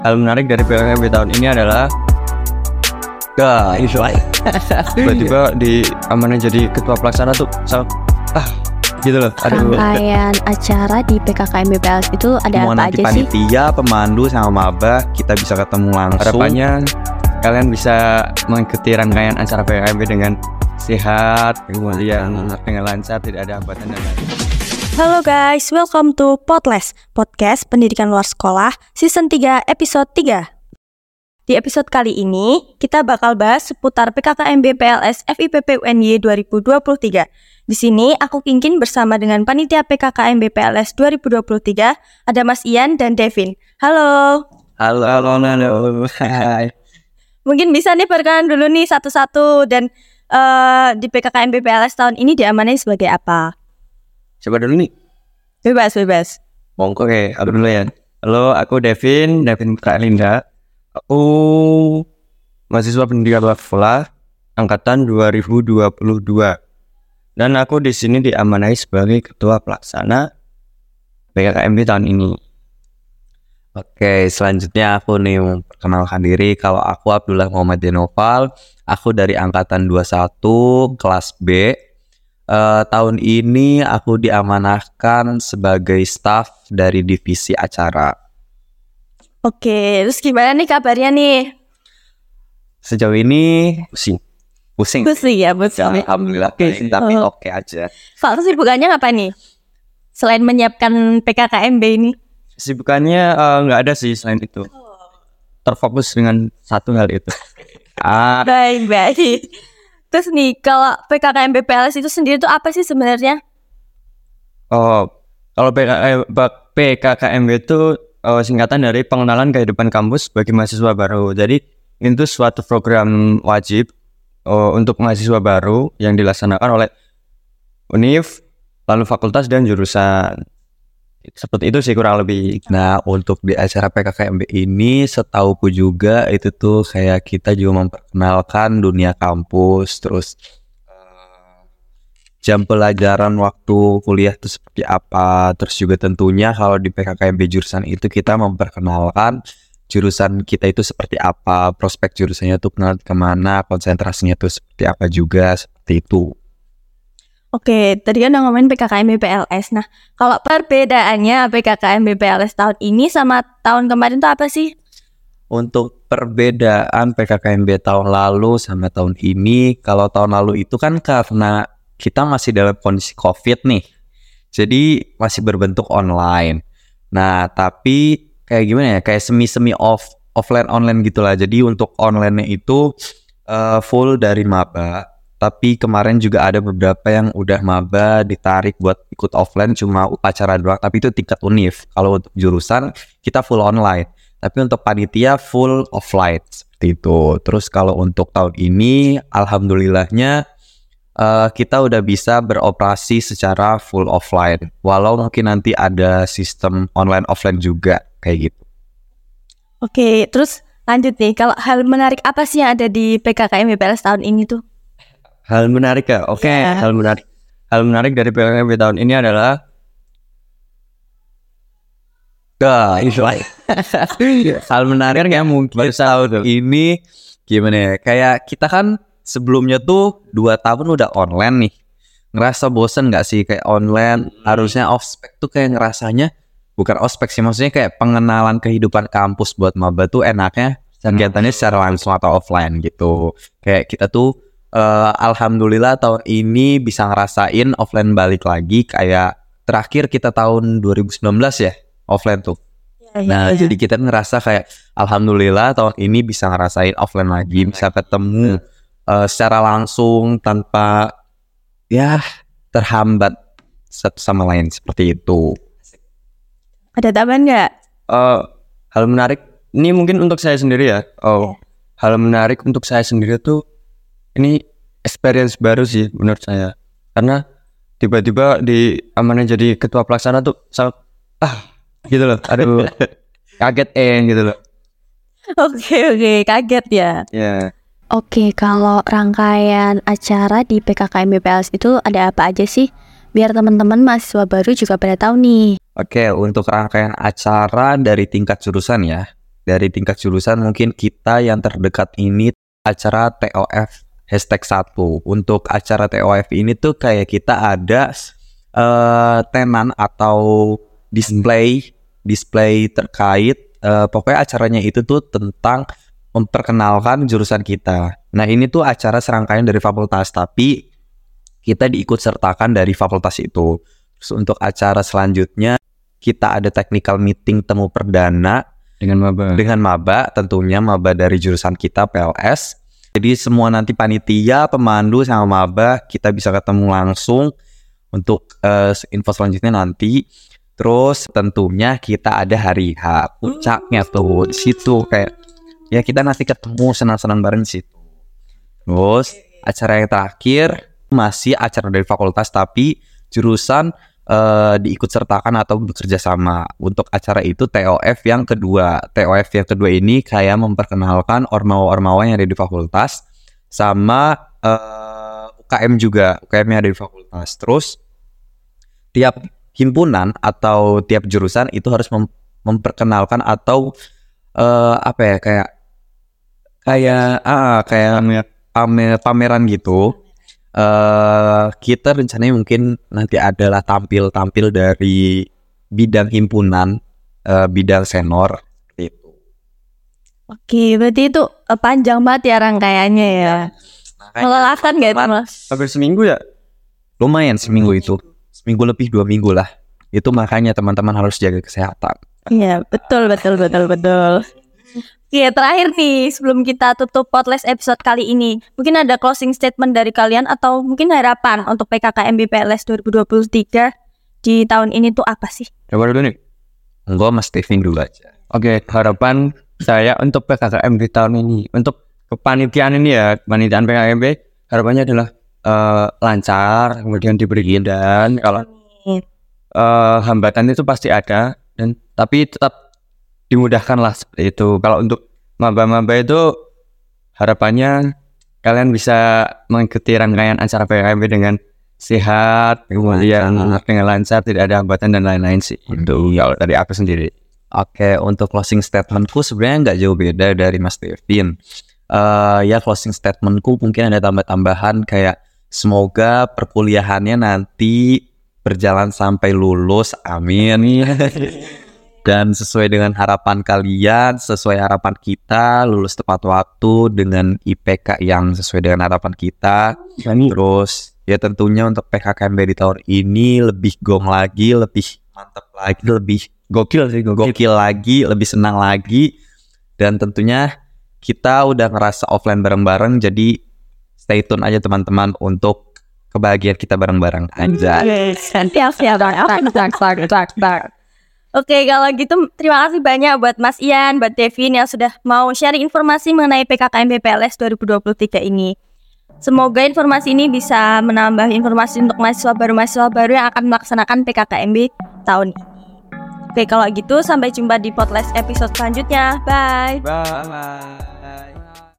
Hal menarik dari PKKMB tahun ini adalah tiba-tiba diamanai jadi ketua pelaksana tuh gitu loh. Rangkaian acara di PKKMB PLS itu ada Semua apa nanti aja sih? panitia, pemandu sama maba kita bisa ketemu langsung. Harapannya kalian bisa mengikuti rangkaian acara PKKMB dengan sehat, kemudian dengan lancar, tidak ada hambatan dan lain-lain. Halo guys, welcome to Podles, podcast pendidikan luar sekolah, season 3, episode 3. Di episode kali ini, kita bakal bahas seputar PKKMB PLS FIPP UNY 2023. Di sini, aku Kingkin bersama dengan panitia PKKMB PLS 2023, ada Mas Ian dan Devin. Halo. Halo. Hai. Mungkin bisa nih perkenalan dulu nih satu-satu, dan di PKKMB PLS tahun ini diamanai sebagai apa? Coba dulu nih. Bebas. Monggo, oke, aku dulu ya. Halo, aku Devin Kak Linda. Aku mahasiswa pendidikan luar sekolah angkatan 2022. Dan aku di sini diamanai sebagai ketua pelaksana PKKMB tahun ini. Oke, selanjutnya aku nih memperkenalkan diri. Kalau aku Abdullah Muhammad Denoval, aku dari angkatan 21 kelas B. Tahun ini aku diamanahkan sebagai staf dari divisi acara. Oke, terus gimana nih kabarnya nih? Sejauh ini pusing. Pusing ya, pusing. Alhamdulillah, tapi oke aja. Kalau kesibukannya apa nih? Selain menyiapkan PKKMB ini? Kesibukannya nggak ada sih selain itu. Terfokus dengan satu hal itu. Baik. Terus nih, kalau PKKMB PLS itu sendiri itu apa sih sebenarnya? Kalau PKKMB itu singkatan dari pengenalan kehidupan kampus bagi mahasiswa baru. Jadi itu suatu program wajib untuk mahasiswa baru yang dilaksanakan oleh UNIF, lalu fakultas dan jurusan. Seperti itu sih kurang lebih. Nah, untuk di acara PKKMB ini setauku juga itu tuh kayak kita juga memperkenalkan dunia kampus, terus jam pelajaran waktu kuliah itu seperti apa. Terus juga tentunya kalau di PKKMB jurusan itu kita memperkenalkan jurusan kita itu seperti apa, prospek jurusannya tuh kemana, konsentrasinya tuh seperti apa juga, seperti itu. Oke, tadi kan udah ngomongin PKKMB PLS. Nah, kalau perbedaannya PKKMB PLS tahun ini sama tahun kemarin tuh apa sih? Untuk perbedaan PKKMB tahun lalu sama tahun ini, kalau tahun lalu itu kan karena kita masih dalam kondisi COVID nih, jadi masih berbentuk online. Nah, tapi kayak gimana ya, kayak semi offline online gitulah. Jadi untuk online-nya itu full dari maba. Tapi kemarin juga ada beberapa yang udah maba ditarik buat ikut offline cuma upacara doang, tapi itu tingkat univ. Kalau untuk jurusan kita full online, tapi untuk panitia full offline seperti itu. Terus kalau untuk tahun ini alhamdulillahnya kita udah bisa beroperasi secara full offline. Walau mungkin nanti ada sistem online offline juga kayak gitu. Oke, terus lanjut nih. Kalau hal menarik apa sih yang ada di PKKMB PLS tahun ini tuh? Hal menarik ya? Oke, Yeah. Hal menarik dari PKKMB tahun ini adalah hal menarik yang mungkin tahun ini gimana ya? Kayak kita kan sebelumnya tuh 2 tahun udah online nih. Ngerasa bosen gak sih kayak online? Harusnya ospek tuh kayak ngerasanya, bukan ospek sih, maksudnya kayak pengenalan kehidupan kampus buat maba tuh enaknya kegiatannya secara langsung atau offline gitu. Kayak kita tuh alhamdulillah tahun ini bisa ngerasain offline balik lagi. Kayak terakhir kita tahun 2019 ya offline tuh. Nah, jadi kita ngerasa kayak alhamdulillah tahun ini bisa ngerasain offline lagi, bisa ketemu secara langsung tanpa ya terhambat satu sama lain seperti itu. Ada tambahan nggak? Hal menarik ini mungkin untuk saya sendiri ya. Hal menarik untuk saya sendiri tuh ini experience baru sih menurut saya. Karena tiba-tiba diamanai jadi ketua pelaksana tuh gitu loh. Aduh, kaget gitu loh. Oke, kaget ya. Ya. Oke, kalau rangkaian acara di PKKMB PLS itu ada apa aja sih? Biar teman-teman mahasiswa baru juga pada tahu nih. Oke, untuk rangkaian acara dari tingkat jurusan ya. dari tingkat jurusan mungkin kita yang terdekat ini acara TOF #1. Untuk acara TOF ini tuh kayak kita ada tenan atau display terkait pokoknya acaranya itu tuh tentang memperkenalkan jurusan kita. Nah ini tuh acara serangkaian dari fakultas, tapi kita diikut sertakan dari fakultas itu. Terus untuk acara selanjutnya kita ada technical meeting temu perdana dengan maba tentunya maba dari jurusan kita PLS. Jadi semua nanti panitia, pemandu sama maba kita bisa ketemu langsung untuk info selanjutnya nanti. Terus tentunya kita ada hari H, puncaknya tuh di situ kayak ya kita nanti ketemu senang-senang bareng di situ. Terus acara yang terakhir masih acara dari fakultas tapi jurusan diikut sertakan atau bekerja sama. Untuk acara itu TOF yang kedua. TOF yang kedua ini kayak memperkenalkan ormawa-ormawa yang ada di fakultas sama UKM juga, UKM yang ada di fakultas. Terus tiap himpunan atau tiap jurusan itu harus memperkenalkan atau kayak pameran gitu. Kita rencananya mungkin nanti adalah tampil dari bidang himpunan, bidang senior gitu. Oke, berarti itu panjang banget ya rangkaiannya ya. Melelahkan gak itu Mas? Hampir seminggu ya? Lumayan seminggu itu. Seminggu lebih 2 minggu lah. Itu makanya teman-teman harus jaga kesehatan. Iya, betul. Oke, terakhir nih sebelum kita tutup podcast episode kali ini, mungkin ada closing statement dari kalian atau mungkin harapan untuk PKKMB PLS 2023 di tahun ini tuh apa sih? Coba dulu nih. Enggak, Mas Stevin dulu aja. Oke, harapan saya untuk PKKMB tahun ini, untuk kepanitiaan ini ya, kepanitiaan PKKMB, harapannya adalah lancar, kemudian diberi dan kalau hambatan itu pasti ada, tapi tetap dimudahkan lah seperti itu. Kalau untuk maba-maba itu harapannya kalian bisa mengikuti rangkaian acara PKKMB dengan sehat, kemudian dengan lancar, tidak ada hambatan dan lain-lain sih. Itu kalau dari aku sendiri. Oke, untuk closing statementku sebenarnya nggak jauh beda dari Mas Devin. Ya closing statementku mungkin ada tambahan kayak semoga perkuliahannya nanti berjalan sampai lulus, amin. Dan sesuai dengan harapan kalian, sesuai harapan kita, lulus tepat waktu dengan IPK yang sesuai dengan harapan kita. Terus ya tentunya untuk PKKMB di tahun ini lebih gong lagi, lebih mantap lagi, lebih gokil lagi, lebih senang lagi. Dan tentunya kita udah ngerasa offline bareng-bareng, jadi stay tune aja teman-teman untuk kebahagiaan kita bareng-bareng aja. Siap. Oke, kalau gitu terima kasih banyak buat Mas Ian, buat Devin yang sudah mau sharing informasi mengenai PKKMB PLS 2023 ini. Semoga informasi ini bisa menambah informasi untuk mahasiswa baru yang akan melaksanakan PKKMB tahun ini. Oke, kalau gitu sampai jumpa di podcast episode selanjutnya. Bye. Bye.